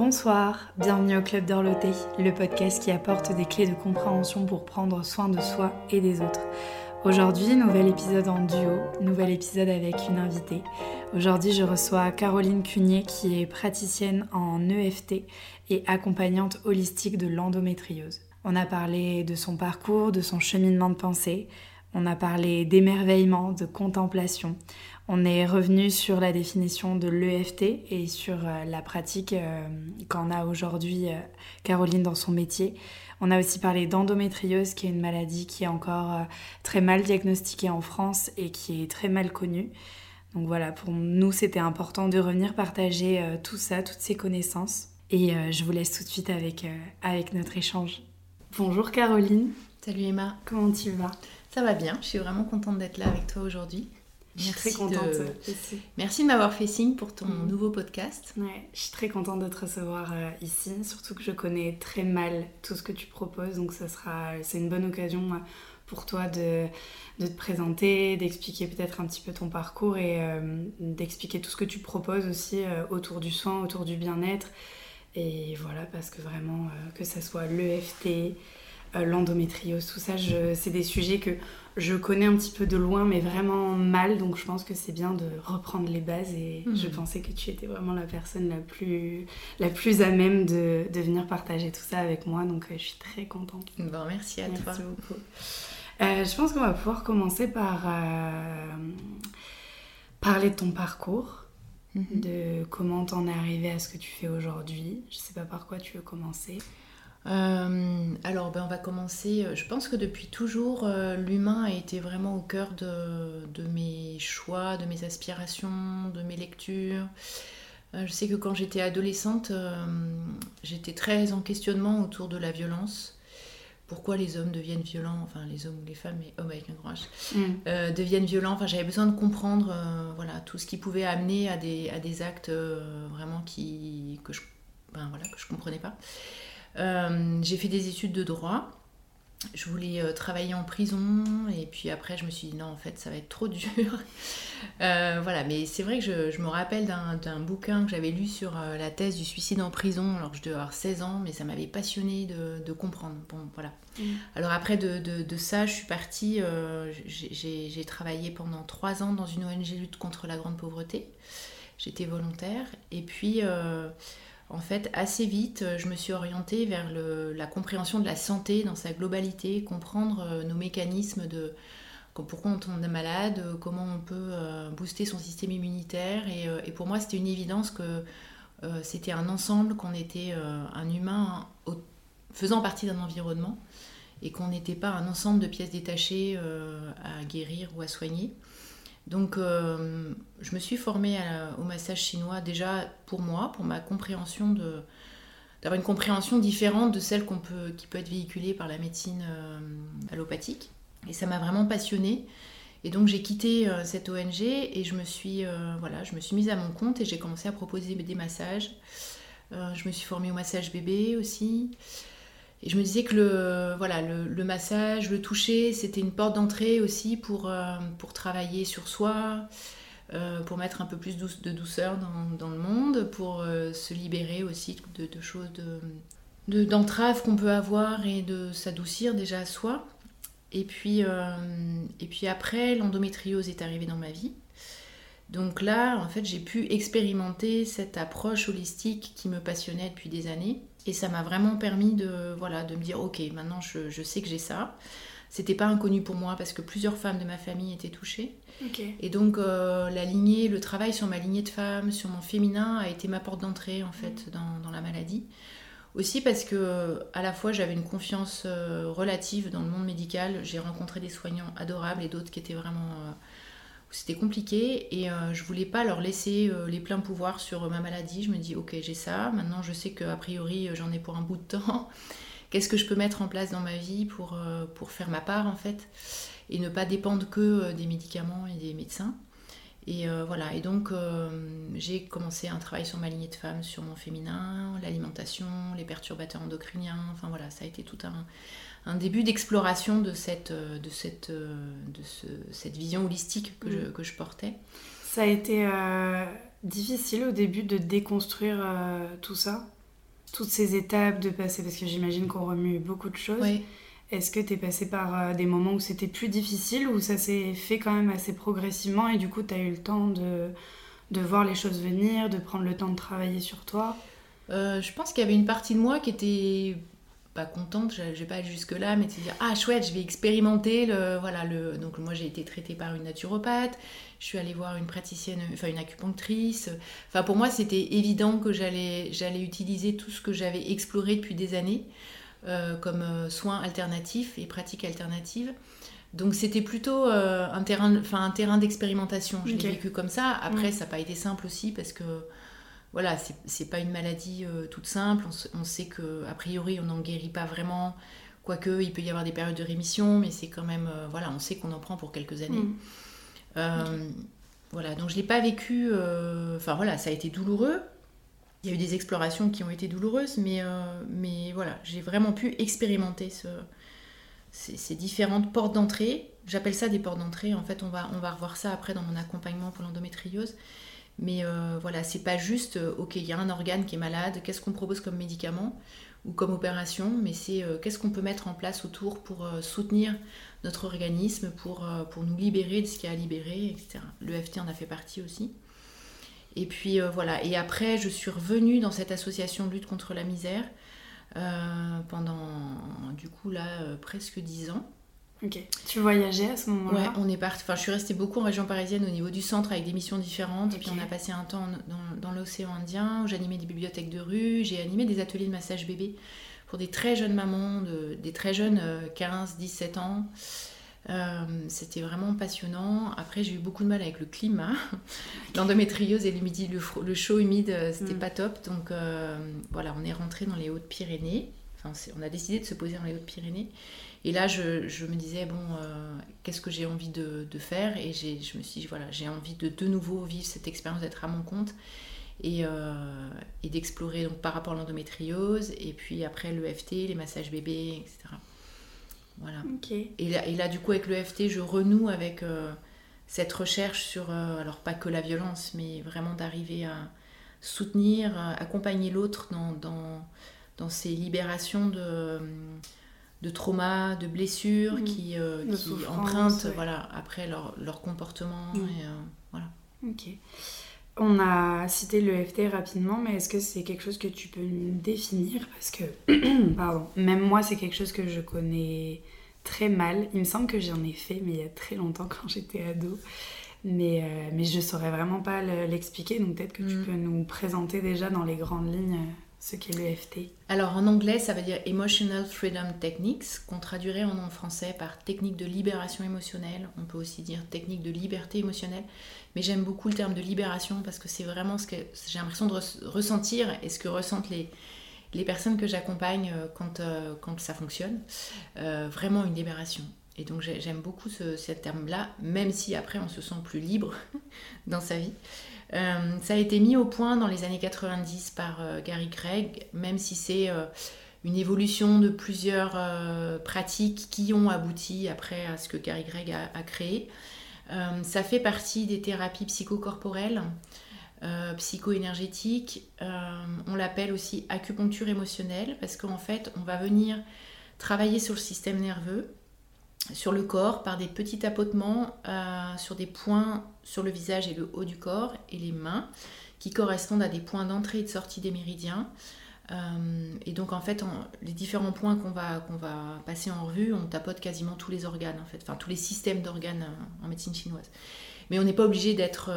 Bonsoir, bienvenue au Club d'Orloté, le podcast qui apporte des clés de compréhension pour prendre soin de soi et des autres. Aujourd'hui, nouvel épisode en duo, nouvel épisode avec une invitée. Aujourd'hui, je reçois Caroline Cunier qui est praticienne en EFT et accompagnante holistique de l'endométriose. On a parlé de son parcours, de son cheminement de pensée. On a parlé d'émerveillement, de contemplation. On est revenu sur la définition de l'EFT et sur la pratique qu'en a aujourd'hui Caroline dans son métier. On a aussi parlé d'endométriose, qui est une maladie qui est encore très mal diagnostiquée en France et qui est très mal connue. Donc voilà, pour nous, c'était important de revenir partager tout ça, toutes ces connaissances. Et je vous laisse tout de suite avec notre échange. Bonjour Caroline. Salut Emma. Comment tu vas ? Ça va bien, je suis vraiment contente d'être là avec toi aujourd'hui. Je suis très contente aussi. Merci de m'avoir fait signe pour ton nouveau podcast. Ouais, je suis très contente de te recevoir ici, surtout que je connais très mal tout ce que tu proposes, donc c'est une bonne occasion pour toi de te présenter, d'expliquer peut-être un petit peu ton parcours et d'expliquer tout ce que tu proposes aussi autour du soin, autour du bien-être. Et voilà, parce que vraiment, que ça soit l'EFT, l'endométriose, tout ça, c'est des sujets que je connais un petit peu de loin, mais vraiment mal, donc je pense que c'est bien de reprendre les bases et je pensais que tu étais vraiment la personne la plus à même de venir partager tout ça avec moi, donc je suis très contente. Bon, merci à toi. Merci beaucoup. Je pense qu'on va pouvoir commencer par parler de ton parcours, de comment t'en es arrivée à ce que tu fais aujourd'hui. Je sais pas par quoi tu veux commencer. Alors on va commencer. Je pense que depuis toujours l'humain a été vraiment au cœur de mes choix, de mes aspirations, de mes lectures. Je sais que quand j'étais adolescente, j'étais très en questionnement autour de la violence. Pourquoi les hommes deviennent violents, enfin les hommes ou les femmes, mais hommes avec un grand H, deviennent violents. Enfin, j'avais besoin de comprendre tout ce qui pouvait amener à des actes vraiment que je comprenais pas. J'ai fait des études de droit. Je voulais travailler en prison et puis après je me suis dit non, en fait ça va être trop dur. Mais c'est vrai que je me rappelle d'un bouquin que j'avais lu sur la thèse du suicide en prison, alors que je devais avoir 16 ans, mais ça m'avait passionnée de comprendre. Bon, voilà. Alors après de ça, je suis partie, j'ai travaillé pendant 3 ans dans une ONG lutte contre la grande pauvreté. J'étais volontaire et puis en fait, assez vite, je me suis orientée vers la compréhension de la santé dans sa globalité, comprendre nos mécanismes de pourquoi on tombe malade, comment on peut booster son système immunitaire. Et pour moi, c'était une évidence que c'était un ensemble, qu'on était un humain faisant partie d'un environnement et qu'on n'était pas un ensemble de pièces détachées à guérir ou à soigner. Donc je me suis formée au massage chinois déjà pour moi, pour ma compréhension d'avoir une compréhension différente de celle qui peut être véhiculée par la médecine allopathique. Et ça m'a vraiment passionnée. Et donc j'ai quitté cette ONG et je me suis mise à mon compte et j'ai commencé à proposer des massages. Je me suis formée au massage bébé aussi. Et je me disais que le massage, le toucher, c'était une porte d'entrée aussi pour travailler sur soi, pour mettre un peu plus de douceur dans le monde, pour se libérer aussi de choses, d'entraves qu'on peut avoir et de s'adoucir déjà à soi. Et puis après, l'endométriose est arrivée dans ma vie. Donc là, en fait, j'ai pu expérimenter cette approche holistique qui me passionnait depuis des années. Et ça m'a vraiment permis de me dire, ok, maintenant je sais que j'ai ça. C'était pas inconnu pour moi parce que plusieurs femmes de ma famille étaient touchées. Okay. Et donc le travail sur ma lignée de femmes, sur mon féminin a été ma porte d'entrée en fait dans la maladie. Aussi parce que à la fois j'avais une confiance relative dans le monde médical. J'ai rencontré des soignants adorables et d'autres qui étaient vraiment... C'était compliqué et je voulais pas leur laisser les pleins pouvoirs sur ma maladie. Je me dis ok, j'ai ça, maintenant je sais qu'a priori j'en ai pour un bout de temps. Qu'est-ce que je peux mettre en place dans ma vie pour faire ma part en fait et ne pas dépendre que des médicaments et des médecins. Et et donc j'ai commencé un travail sur ma lignée de femmes, sur mon féminin, l'alimentation, les perturbateurs endocriniens, ça a été tout un début d'exploration de cette vision holistique que je portais. Ça a été difficile au début de déconstruire tout ça ? toutes ces étapes de passer, parce que j'imagine qu'on remue beaucoup de choses, Oui. est-ce que tu es passé par des moments où c'était plus difficile, ou ça s'est fait quand même assez progressivement et du coup tu as eu le temps de voir les choses venir, de prendre le temps de travailler sur toi? Je pense qu'il y avait une partie de moi qui était pas contente, je vais pas aller jusque-là, mais de se dire ah chouette, je vais expérimenter donc moi j'ai été traitée par une naturopathe, je suis allée voir une praticienne, enfin une acupunctrice. Enfin pour moi c'était évident que j'allais utiliser tout ce que j'avais exploré depuis des années comme soins alternatifs et pratiques alternatives. Donc c'était plutôt un terrain d'expérimentation. Je l'ai vécu comme ça. Après ça n'a pas été simple aussi parce que voilà, c'est pas une maladie toute simple. On sait qu'a priori, on n'en guérit pas vraiment. Quoique, il peut y avoir des périodes de rémission, mais c'est quand même... voilà, on sait qu'on en prend pour quelques années. Voilà, donc je ne l'ai pas vécu... Enfin, voilà, ça a été douloureux. Il y a eu des explorations qui ont été douloureuses, mais voilà, j'ai vraiment pu expérimenter ces différentes portes d'entrée. J'appelle ça des portes d'entrée. En fait, on va revoir ça après dans mon accompagnement pour l'endométriose. Mais voilà, c'est pas juste, ok, il y a un organe qui est malade, qu'est-ce qu'on propose comme médicament ou comme opération, mais c'est qu'est-ce qu'on peut mettre en place autour pour soutenir notre organisme, pour nous libérer de ce qu'il y a à libérer, etc. L'EFT en a fait partie aussi. Et puis voilà, et après je suis revenue dans cette association de lutte contre la misère pendant du coup là presque 10 ans. Ok. Tu voyageais à ce moment-là? Ouais, on est parti. Enfin, je suis restée beaucoup en région parisienne au niveau du centre avec des missions différentes. Okay. Puis on a passé un temps dans l'océan Indien où j'animais des bibliothèques de rue, j'ai animé des ateliers de massage bébé pour des très jeunes mamans, des très jeunes 15, 17 ans. C'était vraiment passionnant. Après, j'ai eu beaucoup de mal avec le climat. L'endométriose et le chaud humide, c'était pas top. Donc voilà, on est rentré dans les Hautes-Pyrénées. Enfin, on a décidé de se poser dans les Hautes-Pyrénées. Et là, je me disais, bon, qu'est-ce que j'ai envie de faire? Et je me suis dit, voilà, j'ai envie de nouveau vivre cette expérience d'être à mon compte et d'explorer donc, par rapport à l'endométriose, et puis après l'EFT, les massages bébés, etc. Voilà. Okay. Et là, du coup, avec l'EFT, je renoue avec cette recherche sur, alors pas que la violence, mais vraiment d'arriver à soutenir, accompagner l'autre dans ces libérations de traumas, de blessures qui empruntent voilà, après leur comportement. Et, voilà. Ok. On a cité l'EFT rapidement, mais est-ce que c'est quelque chose que tu peux nous définir? Parce que, pardon, même moi, c'est quelque chose que je connais très mal. Il me semble que j'en ai fait, mais il y a très longtemps quand j'étais ado. Mais je ne saurais vraiment pas l'expliquer, donc peut-être que tu peux nous présenter déjà dans les grandes lignes ce qu'est l'EFT. Alors en anglais, ça veut dire Emotional Freedom Techniques, qu'on traduirait en français par technique de libération émotionnelle. On peut aussi dire technique de liberté émotionnelle. Mais j'aime beaucoup le terme de libération parce que c'est vraiment ce que j'ai l'impression de ressentir et ce que ressentent les personnes que j'accompagne quand ça fonctionne. Vraiment une libération. Et donc j'aime beaucoup ce terme-là, même si après on se sent plus libre dans sa vie. Ça a été mis au point dans les années 90 par Gary Craig, même si c'est une évolution de plusieurs pratiques qui ont abouti après à ce que Gary Craig a créé. Ça fait partie des thérapies psychocorporelles, psycho-énergétiques. On l'appelle aussi acupuncture émotionnelle parce qu'en fait, on va venir travailler sur le système nerveux, sur le corps, par des petits tapotements sur des points sur le visage et le haut du corps et les mains qui correspondent à des points d'entrée et de sortie des méridiens. Et donc en fait, les différents points qu'on va passer en revue, on tapote quasiment tous les organes, en fait, enfin tous les systèmes d'organes en médecine chinoise. Mais on n'est pas obligé d'être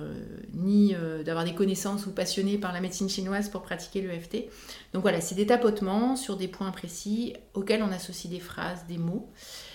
d'avoir des connaissances ou passionné par la médecine chinoise pour pratiquer l'EFT. Donc voilà, c'est des tapotements sur des points précis auxquels on associe des phrases, des mots.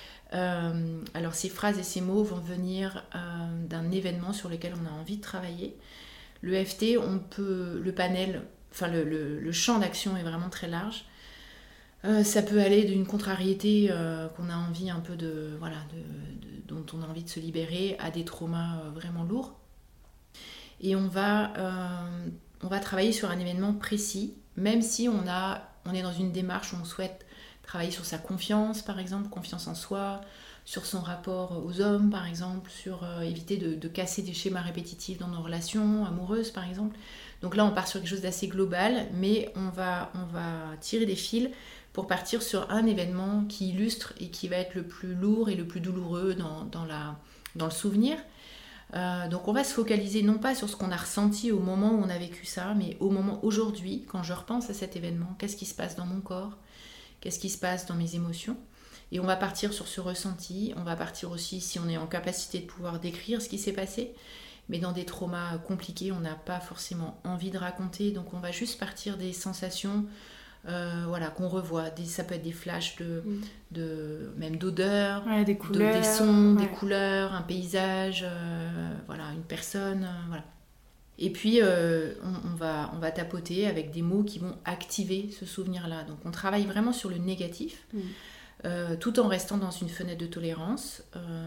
Alors ces phrases et ces mots vont venir d'un événement sur lequel on a envie de travailler. L'EFT, le panel, enfin le champ d'action est vraiment très large. Ça peut aller d'une contrariété qu'on a envie un peu dont on a envie de se libérer, à des traumas vraiment lourds. Et on va travailler sur un événement précis, même si on est dans une démarche où on souhaite travailler sur sa confiance, par exemple, confiance en soi, sur son rapport aux hommes, par exemple, sur éviter de casser des schémas répétitifs dans nos relations amoureuses, par exemple. Donc là, on part sur quelque chose d'assez global, mais on va tirer des fils pour partir sur un événement qui illustre et qui va être le plus lourd et le plus douloureux dans le souvenir. Donc on va se focaliser non pas sur ce qu'on a ressenti au moment où on a vécu ça, mais au moment aujourd'hui, quand je repense à cet événement, qu'est-ce qui se passe dans mon corps, qu'est-ce qui se passe dans mes émotions. Et on va partir sur ce ressenti, on va partir aussi si on est en capacité de pouvoir décrire ce qui s'est passé. Mais dans des traumas compliqués, on n'a pas forcément envie de raconter, donc on va juste partir des sensations qu'on revoit. Ça peut être des flashs même d'odeurs, des couleurs, des sons, des couleurs, un paysage, une personne. Voilà. Et puis, on va tapoter avec des mots qui vont activer ce souvenir-là. Donc, on travaille vraiment sur le négatif. Tout en restant dans une fenêtre de tolérance.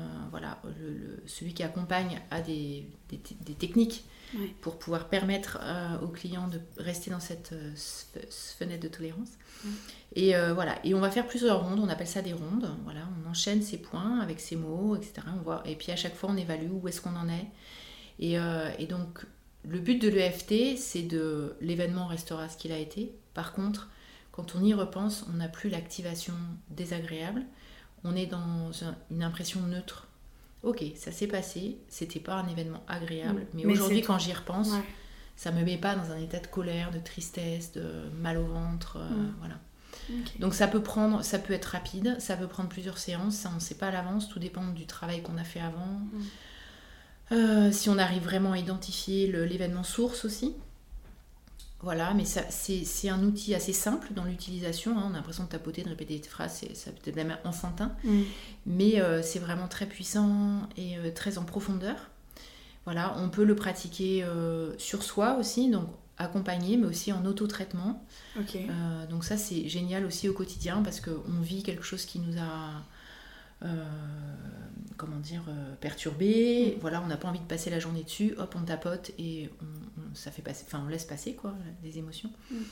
Celui qui accompagne a des techniques pour pouvoir permettre aux clients de rester dans cette fenêtre de tolérance. Et on va faire plusieurs rondes, on appelle ça des rondes. Voilà, on enchaîne ces points avec ces mots, etc. Et puis à chaque fois, on évalue où est-ce qu'on en est. Et donc, le but de l'EFT, c'est l'événement restera ce qu'il a été. Par contre, quand on y repense, on n'a plus l'activation désagréable. On est dans une impression neutre. Ok, ça s'est passé, c'était pas un événement agréable, mais aujourd'hui, quand j'y repense, ça me met pas dans un état de colère, de tristesse, de mal au ventre. Voilà. Okay. Donc ça peut être rapide, ça peut prendre plusieurs séances, ça on ne sait pas à l'avance, tout dépend du travail qu'on a fait avant. Si on arrive vraiment à identifier l'événement source aussi. Voilà, mais c'est un outil assez simple dans l'utilisation. On a l'impression de tapoter, de répéter des phrases, ça peut être même enfantin. Mais c'est vraiment très puissant et très en profondeur. Voilà, on peut le pratiquer sur soi aussi, donc accompagné, mais aussi en auto-traitement. Okay. Donc ça, c'est génial aussi au quotidien parce qu'on vit quelque chose qui nous a... perturbé, voilà, on n'a pas envie de passer la journée dessus, hop, on tapote et on laisse passer quoi, les émotions.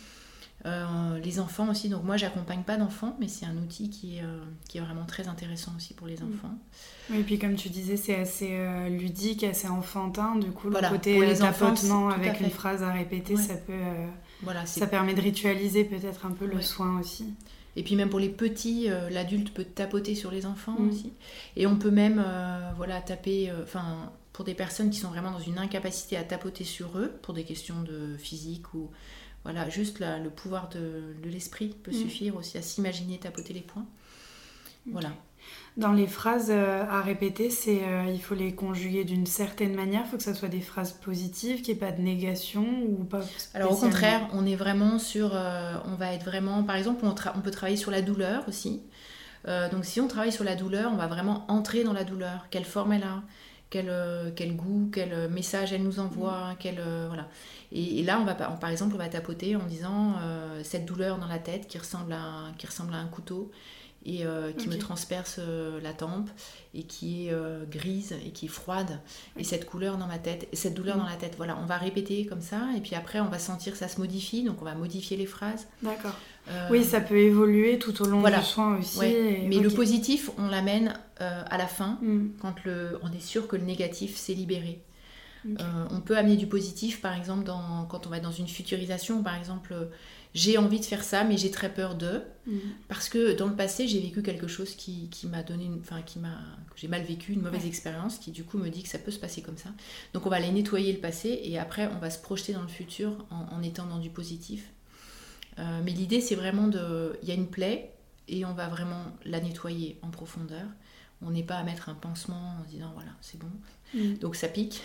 Les enfants aussi, donc moi j'accompagne pas d'enfants, mais c'est un outil qui est vraiment très intéressant aussi pour les enfants. Oui, et puis comme tu disais, c'est assez ludique, assez enfantin, du coup voilà, le côté pour les tapotement enfants, avec une phrase à répéter, ça peut ça permet de ritualiser peut-être un peu le soin aussi. Et puis même pour les petits, l'adulte peut tapoter sur les enfants aussi. Et on peut même taper, pour des personnes qui sont vraiment dans une incapacité à tapoter sur eux, pour des questions de physique ou... Voilà, juste le pouvoir de l'esprit peut suffire aussi à s'imaginer tapoter les points. Voilà. Dans les phrases à répéter, il faut les conjuguer d'une certaine manière, il faut que ça soit des phrases positives, qu'il n'y ait pas de négation ou pas spécialement. Alors au contraire, on est vraiment sur... on va être vraiment... Par exemple, on peut travailler sur la douleur aussi. Donc si on travaille sur la douleur, on va vraiment entrer dans la douleur. Quelle forme elle a, quel goût, quel message elle nous envoie, voilà. Et là, par exemple, on va tapoter en disant cette douleur dans la tête qui ressemble à un couteau et qui me transperce la tempe et qui est grise et qui est froide et cette couleur dans ma tête et cette douleur dans la tête. Voilà, on va répéter comme ça et puis après on va sentir que ça se modifie, donc on va modifier les phrases. D'accord. Oui, ça peut évoluer tout au long du soin aussi. Ouais. Mais le positif, on l'amène à la fin quand on est sûr que le négatif s'est libéré. Okay. On peut amener du positif, par exemple, quand on va dans une futurisation, par exemple, j'ai envie de faire ça, mais j'ai très peur parce que dans le passé, j'ai vécu quelque chose qui m'a donné, que j'ai mal vécu, une mauvaise expérience, qui du coup me dit que ça peut se passer comme ça. Donc on va aller nettoyer le passé et après on va se projeter dans le futur en étant dans du positif. Mais l'idée, c'est vraiment il y a une plaie et on va vraiment la nettoyer en profondeur. On n'est pas à mettre un pansement en se disant voilà, c'est bon. Donc ça pique.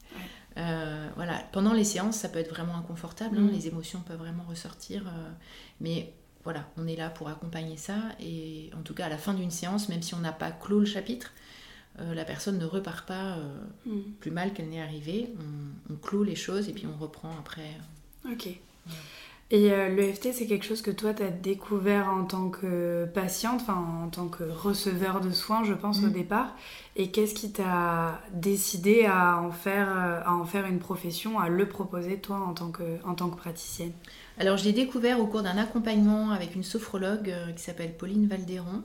Voilà. Pendant les séances, ça peut être vraiment inconfortable, les émotions peuvent vraiment ressortir, mais voilà, on est là pour accompagner ça et en tout cas à la fin d'une séance, même si on n'a pas clos le chapitre, la personne ne repart pas plus mal qu'elle n'est arrivée, on clôt les choses et puis on reprend après. Ok. Et l'EFT, c'est quelque chose que toi, tu as découvert en tant que patiente, enfin en tant que receveur de soins, je pense, au départ. Et qu'est-ce qui t'a décidé à en faire une profession, à le proposer, toi, en tant que praticienne? Alors, je l'ai découvert au cours d'un accompagnement avec une sophrologue qui s'appelle Pauline Valderon.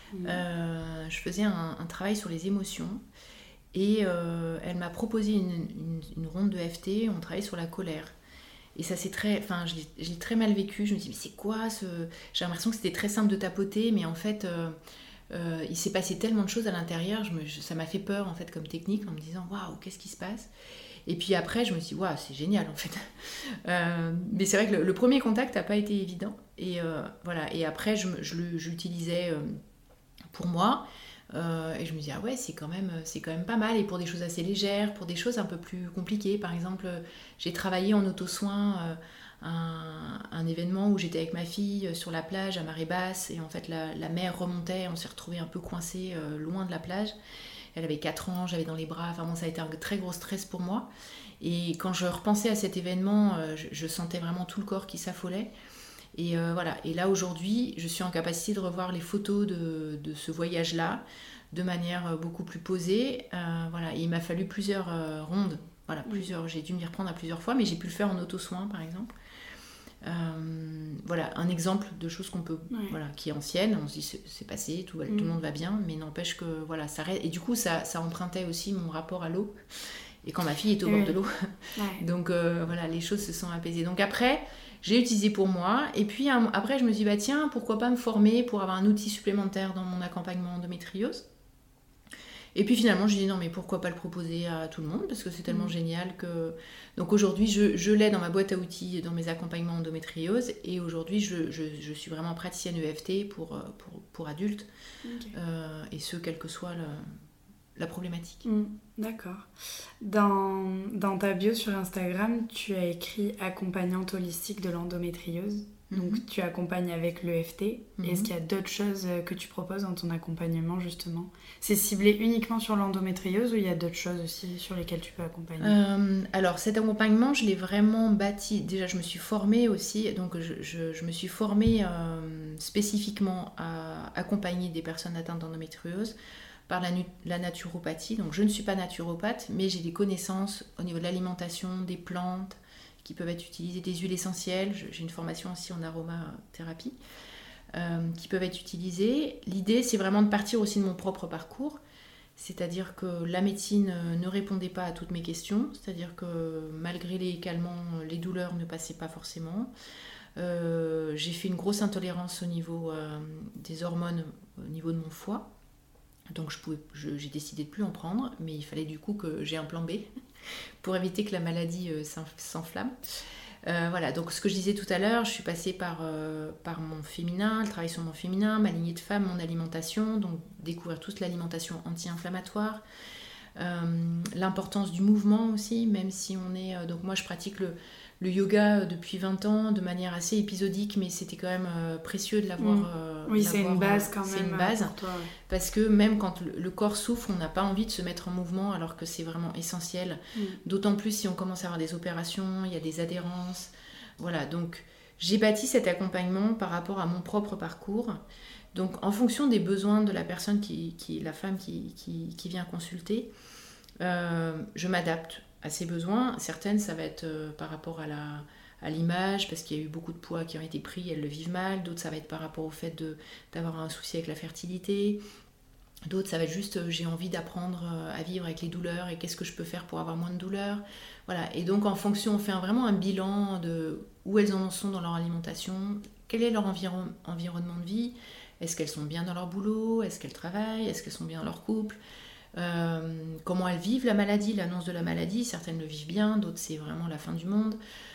Je faisais un travail sur les émotions et elle m'a proposé une ronde de FT. On travaillait sur la colère. Et ça, j'ai très mal vécu. Je me dis, mais c'est quoi ce... J'ai l'impression que c'était très simple de tapoter, mais en fait, il s'est passé tellement de choses à l'intérieur. Ça m'a fait peur, en fait, comme technique, en me disant, waouh, qu'est-ce qui se passe? Et puis après, je me suis dit, waouh, c'est génial, en fait. Mais c'est vrai que le premier contact n'a pas été évident. Et voilà. Et après, je l'utilisais pour moi. Et je me dis, ah ouais, c'est quand même pas mal. Et pour des choses assez légères, pour des choses un peu plus compliquées. Par exemple, j'ai travaillé en auto-soin un événement où j'étais avec ma fille sur la plage à marée basse. Et en fait, la mer remontait. On s'est retrouvés un peu coincés loin de la plage. Elle avait 4 ans, j'avais dans les bras. Enfin bon, ça a été un très gros stress pour moi. Et quand je repensais à cet événement, je sentais vraiment tout le corps qui s'affolait. Et voilà. Et là aujourd'hui, je suis en capacité de revoir les photos de ce voyage-là de manière beaucoup plus posée. Voilà. Et il m'a fallu plusieurs rondes. Voilà, j'ai dû m'y reprendre à plusieurs fois, mais j'ai pu le faire en auto-soin par exemple. Voilà, un exemple de choses qu'on peut, voilà, qui est ancienne. On se dit c'est passé, tout le monde va bien, mais n'empêche que voilà, ça reste. Et du coup, ça empruntait aussi mon rapport à l'eau. Et quand ma fille est au bord de l'eau, donc voilà, les choses se sont apaisées. Donc après, j'ai utilisé pour moi. Et puis après, je me suis dit, bah tiens, pourquoi pas me former pour avoir un outil supplémentaire dans mon accompagnement endométriose. Et puis finalement, je dis non, mais pourquoi pas le proposer à tout le monde, parce que c'est tellement génial que... Donc aujourd'hui, je l'ai dans ma boîte à outils, dans mes accompagnements endométriose. Et aujourd'hui, je suis vraiment praticienne EFT pour adultes. Et ce, quelle que soit la problématique. D'accord. Dans ta bio sur Instagram, tu as écrit accompagnante holistique de l'endométriose. Donc tu accompagnes avec l'EFT. Est-ce qu'il y a d'autres choses que tu proposes dans ton accompagnement justement? C'est ciblé uniquement sur l'endométriose ou il y a d'autres choses aussi sur lesquelles tu peux accompagner? Alors cet accompagnement, je l'ai vraiment bâti. Déjà, je me suis formée aussi. Donc je me suis formée spécifiquement à accompagner des personnes atteintes d'endométriose par la naturopathie. Donc je ne suis pas naturopathe, mais j'ai des connaissances au niveau de l'alimentation, des plantes qui peuvent être utilisées, des huiles essentielles. J'ai une formation aussi en aromathérapie qui peuvent être utilisées. L'idée, c'est vraiment de partir aussi de mon propre parcours. C'est-à-dire que la médecine ne répondait pas à toutes mes questions. C'est-à-dire que malgré les calmants, les douleurs ne passaient pas forcément. J'ai fait une grosse intolérance au niveau des hormones, au niveau de mon foie. Donc j'ai décidé de plus en prendre, mais il fallait du coup que j'ai un plan B pour éviter que la maladie s'enflamme. Voilà, donc ce que je disais tout à l'heure, je suis passée par mon féminin, le travail sur mon féminin, ma lignée de femme, mon alimentation, donc découvrir toute l'alimentation anti-inflammatoire, l'importance du mouvement aussi, même si on est... donc moi je pratique le yoga depuis 20 ans de manière assez épisodique, mais c'était quand même précieux de l'avoir. Oui, c'est une base quand même. C'est une base, pour toi, ouais. Parce que même quand le corps souffre, on n'a pas envie de se mettre en mouvement alors que c'est vraiment essentiel. D'autant plus si on commence à avoir des opérations, il y a des adhérences. Voilà, donc j'ai bâti cet accompagnement par rapport à mon propre parcours. Donc en fonction des besoins de la personne, la femme qui vient consulter, je m'adapte à ses besoins. Certaines, ça va être par rapport à l'image, parce qu'il y a eu beaucoup de poids qui ont été pris, elles le vivent mal. D'autres, ça va être par rapport au fait d'avoir un souci avec la fertilité. D'autres, ça va être juste, j'ai envie d'apprendre à vivre avec les douleurs et qu'est-ce que je peux faire pour avoir moins de douleurs. Voilà. Et donc, en fonction, on fait vraiment un bilan de où elles en sont dans leur alimentation, quel est leur environnement de vie, est-ce qu'elles sont bien dans leur boulot, est-ce qu'elles travaillent, est-ce qu'elles sont bien dans leur couple. Comment elles vivent la maladie, l'annonce de la maladie. Certaines le vivent bien, d'autres c'est vraiment la fin du monde.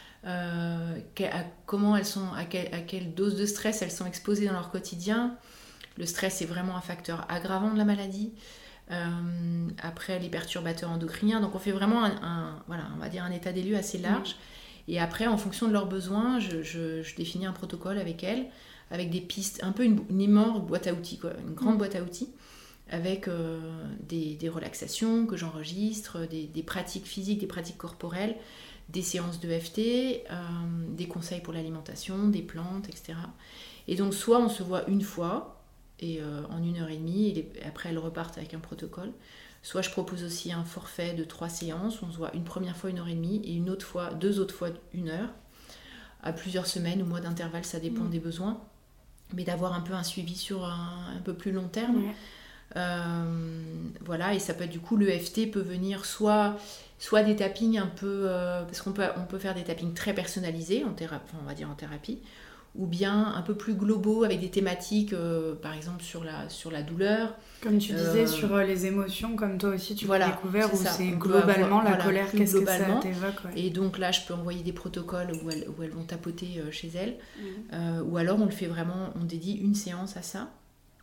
Comment elles sont, à quelle dose de stress elles sont exposées dans leur quotidien. Le stress est vraiment un facteur aggravant de la maladie. Après les perturbateurs endocriniens, donc on fait vraiment voilà, on va dire un état des lieux assez large. Et après, en fonction de leurs besoins, je définis un protocole avec elles, avec des pistes, un peu une immense boîte à outils, quoi, une grande boîte à outils, avec des relaxations que j'enregistre, des pratiques physiques, des pratiques corporelles, des séances de FT, des conseils pour l'alimentation, des plantes, etc. Et donc soit on se voit une fois, et en 1h30, et après elles repartent avec un protocole. Soit je propose aussi un forfait de 3 séances, on se voit une première fois 1h30 et deux autres fois 1 heure, à plusieurs semaines ou mois d'intervalle, ça dépend des besoins, mais d'avoir un peu un suivi sur un peu plus long terme. Voilà, et ça peut être du coup, l'EFT peut venir soit des tappings un peu, parce qu'on peut faire des tappings très personnalisés, on va dire en thérapie, ou bien un peu plus globaux avec des thématiques, par exemple sur la douleur. Comme tu disais, sur les émotions, comme toi aussi tu l'as découvert, où c'est globalement la colère, qu'est-ce que ça t'évoque. Et donc là, je peux envoyer des protocoles où elles vont tapoter chez elles. Ou alors on le fait vraiment, on dédie une séance à ça.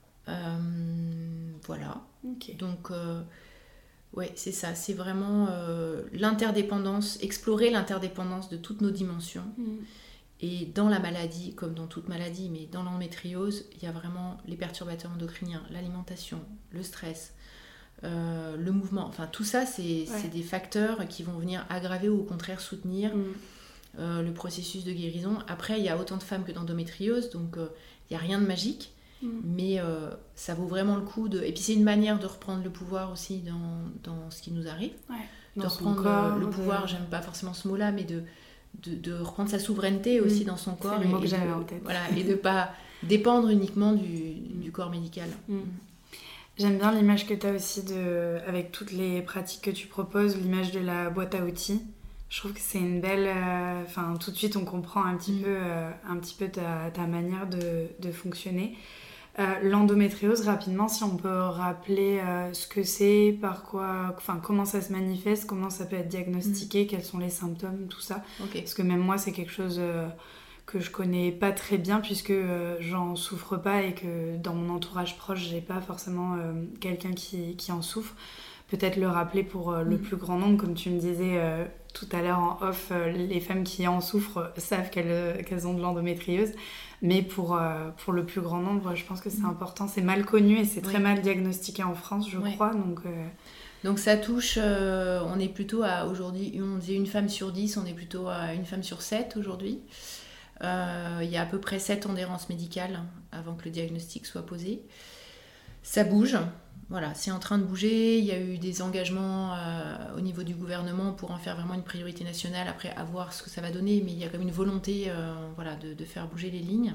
Voilà. Okay. Donc, ouais, c'est ça. C'est vraiment l'interdépendance, explorer l'interdépendance de toutes nos dimensions. Et dans la maladie, comme dans toute maladie, mais dans l'endométriose, il y a vraiment les perturbateurs endocriniens, l'alimentation, le stress, le mouvement. Enfin, tout ça, c'est des facteurs qui vont venir aggraver ou au contraire soutenir le processus de guérison. Après, il y a autant de femmes que d'endométriose, donc il n'y a rien de magique. Mais ça vaut vraiment le coup et puis c'est une manière de reprendre le pouvoir aussi dans ce qui nous arrive. De reprendre le pouvoir, j'aime pas forcément ce mot-là, mais de reprendre sa souveraineté aussi dans son corps. C'est le mot que j'avais en tête. Voilà, et de pas dépendre uniquement du corps médical. J'aime bien l'image que tu as aussi avec toutes les pratiques que tu proposes, l'image de la boîte à outils. Je trouve que c'est une belle... tout de suite, on comprend un petit peu ta manière de fonctionner. L'endométriose, rapidement, si on peut rappeler ce que c'est, comment ça se manifeste, comment ça peut être diagnostiqué, quels sont les symptômes, tout ça. Parce que même moi, c'est quelque chose que je connais pas très bien puisque j'en souffre pas et que dans mon entourage proche, j'ai pas forcément quelqu'un qui en souffre. Peut-être le rappeler pour le plus grand nombre, comme tu me disais tout à l'heure en off, les femmes qui en souffrent savent qu'elles ont de l'endométriose. Mais pour le plus grand nombre, je pense que c'est important. C'est mal connu et c'est très mal diagnostiqué en France, je crois. Donc ça touche, on est plutôt à aujourd'hui, on disait une femme sur 10, on est plutôt à une femme sur 7 aujourd'hui. Il y a à peu près 7 ans d'errance médicale avant que le diagnostic soit posé. Ça bouge. Voilà, c'est en train de bouger, il y a eu des engagements au niveau du gouvernement pour en faire vraiment une priorité nationale, après à voir ce que ça va donner, mais il y a quand même une volonté de faire bouger les lignes.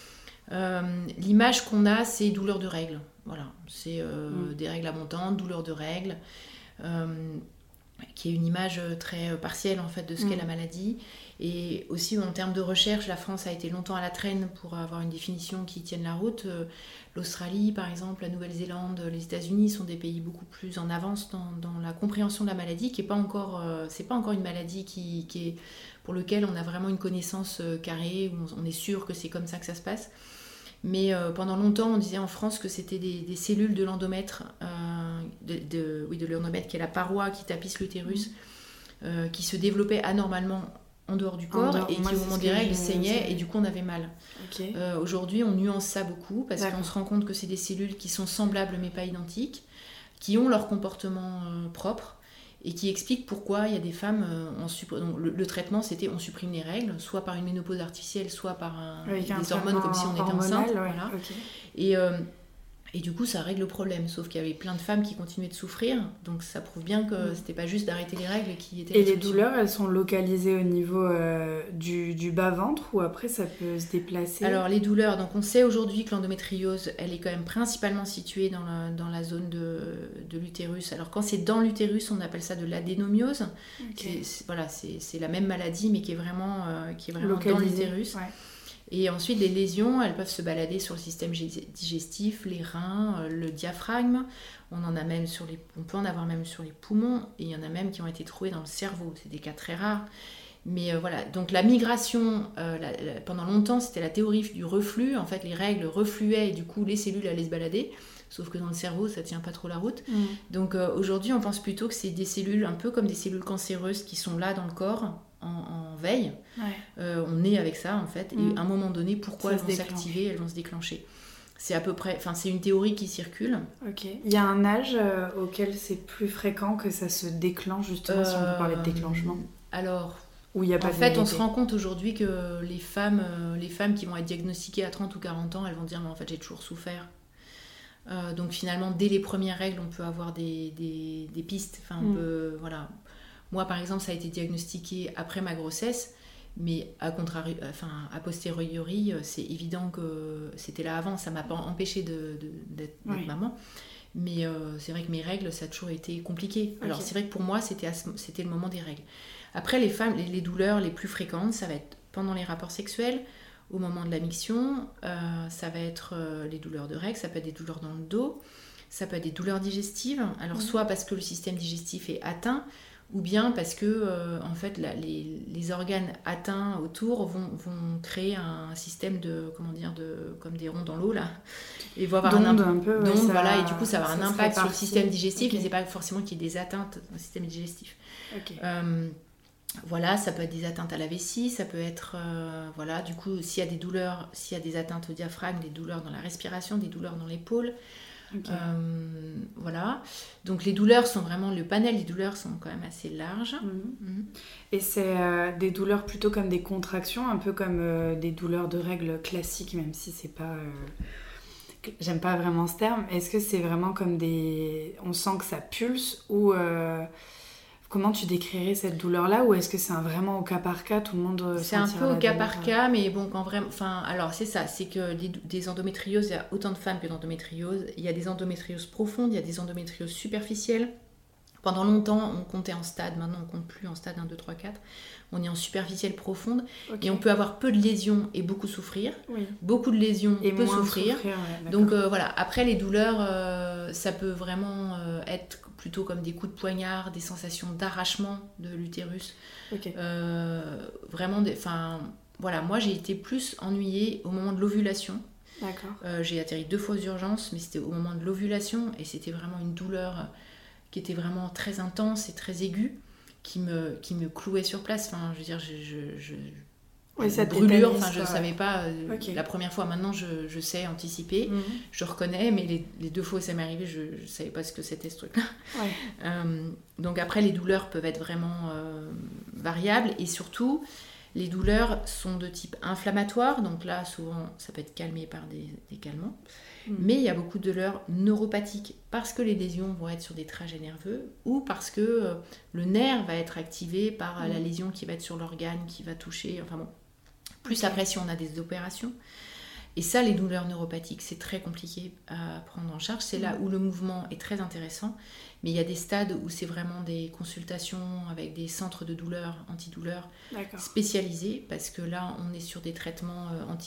L'image qu'on a, c'est douleur de règles, voilà, c'est des règles abondantes, douleur de règles, qui est une image très partielle en fait de ce qu'est la maladie. Et aussi en termes de recherche, la France a été longtemps à la traîne pour avoir une définition qui tienne la route. L'Australie, par exemple, la Nouvelle-Zélande, les États-Unis sont des pays beaucoup plus en avance dans la compréhension de la maladie, qui est pas encore, c'est pas encore une maladie qui est, pour laquelle on a vraiment une connaissance carrée, où on est sûr que c'est comme ça que ça se passe. Mais pendant longtemps, on disait en France que c'était des cellules de l'endomètre, de l'endomètre qui est la paroi qui tapisse l'utérus, qui se développaient anormalement en dehors du corps et qui au moment des règles saignaient et du coup on avait mal. Aujourd'hui on nuance ça beaucoup parce qu'on se rend compte que c'est des cellules qui sont semblables mais pas identiques, qui ont leur comportement propre et qui expliquent pourquoi il y a des femmes donc, le traitement c'était on supprime les règles, soit par une ménopause artificielle, soit par des hormones comme si on était enceinte. Voilà. Et du coup, ça règle le problème. Sauf qu'il y avait plein de femmes qui continuaient de souffrir. Donc, ça prouve bien que c'était pas juste d'arrêter les règles qui étaient... Et les douleurs, elles sont localisées au niveau du bas-ventre ou après, ça peut se déplacer? Alors, les douleurs, donc on sait aujourd'hui que l'endométriose, elle est quand même principalement située dans la zone de l'utérus. Alors, quand c'est dans l'utérus, on appelle ça de l'adénomiose. C'est la même maladie, mais qui est vraiment dans l'utérus. Ouais. Et ensuite, les lésions, elles peuvent se balader sur le système digestif, les reins, le diaphragme. On peut en avoir même sur les poumons. Et il y en a même qui ont été trouvés dans le cerveau. C'est des cas très rares. Mais voilà, donc la migration, pendant longtemps, c'était la théorie du reflux. En fait, les règles refluaient et du coup, les cellules allaient se balader. Sauf que dans le cerveau, ça ne tient pas trop la route. Donc aujourd'hui, on pense plutôt que c'est des cellules, un peu comme des cellules cancéreuses qui sont là dans le corps, en veille. On est avec ça, en fait. Et à un moment donné, pourquoi elles vont s'activer, elles vont se déclencher. C'est à peu près... c'est une théorie qui circule. Ok. Il y a un âge auquel c'est plus fréquent que ça se déclenche, justement, si on peut parler de déclenchement? Alors... Ou il y a pas En de fait, on vérité? se rend compte aujourd'hui que les femmes qui vont être diagnostiquées à 30 ou 40 ans, elles vont dire mais en fait j'ai toujours souffert. Donc finalement, dès les premières règles, on peut avoir des pistes. Enfin, on peut, voilà. Moi, par exemple, ça a été diagnostiqué après ma grossesse, mais a posteriori, c'est évident que c'était là avant. Ça m'a pas empêché d'être maman. Mais c'est vrai que mes règles, ça a toujours été compliqué. Alors c'est vrai que pour moi, c'était le moment des règles. Après, les femmes, les douleurs les plus fréquentes, ça va être pendant les rapports sexuels, au moment de la miction, ça va être les douleurs de règles, ça peut être des douleurs dans le dos, ça peut être des douleurs digestives. Alors soit parce que le système digestif est atteint, ou bien parce que en fait les organes atteints autour vont créer un système comme des ronds dans l'eau là, et vont avoir voilà, et du coup ça va avoir un impact sur le système digestif, mais c'est pas forcément qu'il y ait des atteintes dans le système digestif. Voilà, ça peut être des atteintes à la vessie, ça peut être, voilà, du coup, s'il y a des douleurs, s'il y a des atteintes au diaphragme, des douleurs dans la respiration, des douleurs dans l'épaule, voilà. Donc les douleurs sont vraiment, le panel des douleurs sont quand même assez large. Et c'est des douleurs plutôt comme des contractions, un peu comme des douleurs de règles classiques, même si c'est pas... J'aime pas vraiment ce terme. Est-ce que c'est vraiment comme des... On sent que ça pulse ou... Comment tu décrirais cette douleur-là, ou est-ce que c'est vraiment au cas par cas, tout le monde c'est un peu au cas par cas, mais bon, quand vraiment... Enfin, alors c'est ça, c'est que des endométrioses, il y a autant de femmes que d'endométrioses. Il y a des endométrioses profondes, il y a des endométrioses superficielles. Pendant longtemps, on comptait en stade, maintenant on compte plus en stade 1, 2, 3, 4. On est en superficielle profonde, et on peut avoir peu de lésions et beaucoup souffrir. Beaucoup de lésions et peu souffrir. Donc voilà, après les douleurs, ça peut vraiment être plutôt comme des coups de poignard, des sensations d'arrachement de l'utérus. Vraiment, voilà, moi j'ai été plus ennuyée au moment de l'ovulation. J'ai atterri 2 fois aux urgences, mais c'était au moment de l'ovulation, et c'était vraiment une douleur qui était vraiment très intense et très aiguë, qui me clouait sur place. Enfin, je veux dire, ça brûlure, enfin, je ne savais pas la première fois. Maintenant, je sais anticiper, je reconnais, mais les 2 fois où ça m'est arrivé, je ne savais pas ce que c'était ce truc-là. Donc après, les douleurs peuvent être vraiment variables, et surtout, les douleurs sont de type inflammatoire. Donc là, souvent, ça peut être calmé par des calmants. Mais il y a beaucoup de douleurs neuropathiques, parce que les lésions vont être sur des trajets nerveux, ou parce que le nerf va être activé par la lésion qui va être sur l'organe, qui va toucher, enfin bon. Plus après, si on a des opérations. Et ça, les douleurs neuropathiques, c'est très compliqué à prendre en charge. C'est là où le mouvement est très intéressant. Mais il y a des stades où c'est vraiment des consultations avec des centres de douleurs, antidouleurs spécialisés, parce que là, on est sur des traitements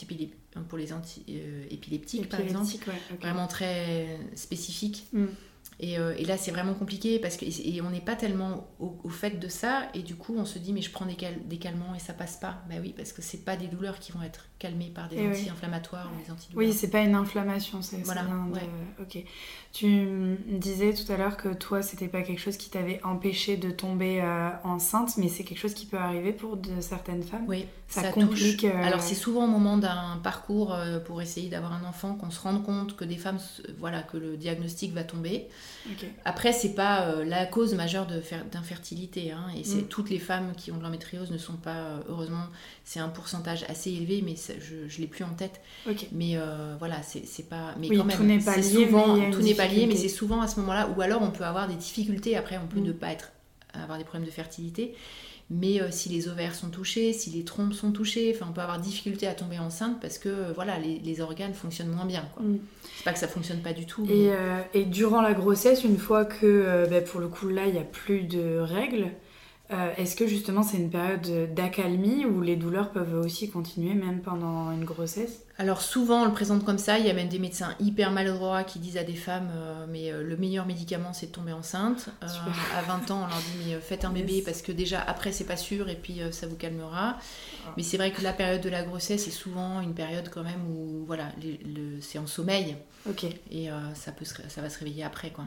pour les épileptiques, par exemple, vraiment très spécifiques. Et là, c'est vraiment compliqué, parce que on n'est pas tellement au fait de ça, et du coup, on se dit, mais je prends des calmants et ça passe pas. Ben oui, parce que c'est pas des douleurs qui vont être calmées par des anti-inflammatoires ou des antidouleurs. Oui, c'est pas une inflammation, c'est voilà. Ok. Tu me disais tout à l'heure que toi, c'était pas quelque chose qui t'avait empêché de tomber enceinte, mais c'est quelque chose qui peut arriver pour certaines femmes. Oui, ça complique. Alors, c'est souvent au moment d'un parcours pour essayer d'avoir un enfant qu'on se rende compte que des femmes, que le diagnostic va tomber. Après, c'est pas la cause majeure d'infertilité, hein, et c'est toutes les femmes qui ont de l'endométriose ne sont pas, heureusement, c'est un pourcentage assez élevé, mais je l'ai plus en tête. Mais voilà, c'est pas, mais quand même, tout n'est pas lié, mais c'est souvent à ce moment-là, ou alors on peut avoir des difficultés. Après, on peut ne pas avoir des problèmes de fertilité, mais si les ovaires sont touchés, si les trompes sont touchées, on peut avoir difficulté à tomber enceinte, parce que voilà, les organes fonctionnent moins bien, quoi. C'est pas que ça fonctionne pas du tout. Et durant la grossesse, une fois que pour le coup là il n'y a plus de règles, est-ce que justement c'est une période d'accalmie où les douleurs peuvent aussi continuer même pendant une grossesse ? Alors souvent on le présente comme ça, il y a même des médecins hyper maladroits qui disent à des femmes mais le meilleur médicament c'est de tomber enceinte. À 20 ans on leur dit mais faites un bébé, parce que déjà après c'est pas sûr, et puis ça vous calmera. Mais c'est vrai que la période de la grossesse est souvent une période quand même où voilà, c'est en sommeil. Et ça va se réveiller après, quoi.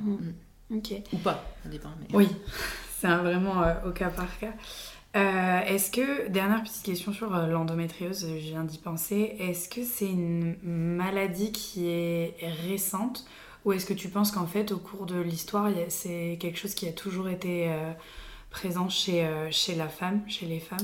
Ou pas, ça dépend. Mais... Oui, c'est vraiment au cas par cas. Est-ce que, dernière petite question sur l'endométriose, je viens d'y penser, est-ce que c'est une maladie qui est récente, ou est-ce que tu penses qu'en fait au cours de l'histoire c'est quelque chose qui a toujours été présent chez la femme, chez les femmes ?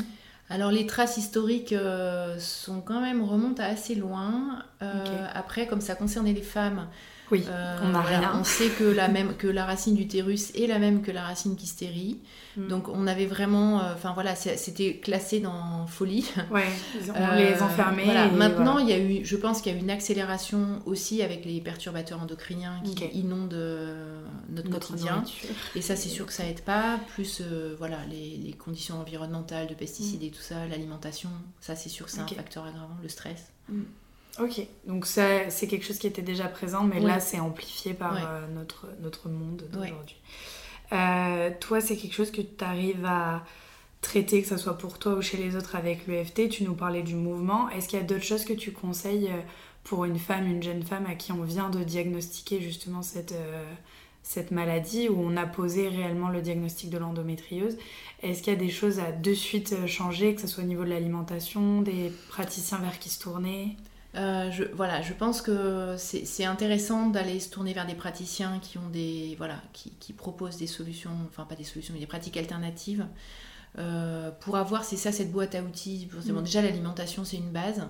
Alors les traces historiques sont quand même remontent à assez loin. Après, comme ça concernait les femmes, oui, on n'a rien. On sait que la racine d'utérus est la même que la racine qu'hystérie. Donc on avait vraiment, c'était classé dans folie. Ouais, on les enfermait. Voilà. Maintenant, je pense qu'il y a eu une accélération aussi avec les perturbateurs endocriniens qui inondent notre quotidien. Nourriture. Et ça, c'est sûr que ça aide pas. Plus les conditions environnementales, de pesticides et tout ça, l'alimentation, ça c'est sûr que c'est un facteur aggravant, le stress. Ok, donc ça, c'est quelque chose qui était déjà présent, mais là c'est amplifié par notre monde d'aujourd'hui. Toi, c'est quelque chose que tu arrives à traiter, que ce soit pour toi ou chez les autres avec l'EFT. Tu nous parlais du mouvement. Est-ce qu'il y a d'autres choses que tu conseilles pour une jeune femme à qui on vient de diagnostiquer justement cette maladie, où on a posé réellement le diagnostic de l'endométriose? Est-ce qu'il y a des choses à de suite changer, que ce soit au niveau de l'alimentation, des praticiens vers qui se tourner? Je pense que c'est intéressant d'aller se tourner vers des praticiens qui ont qui proposent des solutions, enfin pas des solutions, mais des pratiques alternatives pour avoir, c'est ça, cette boîte à outils. Déjà l'alimentation c'est une base,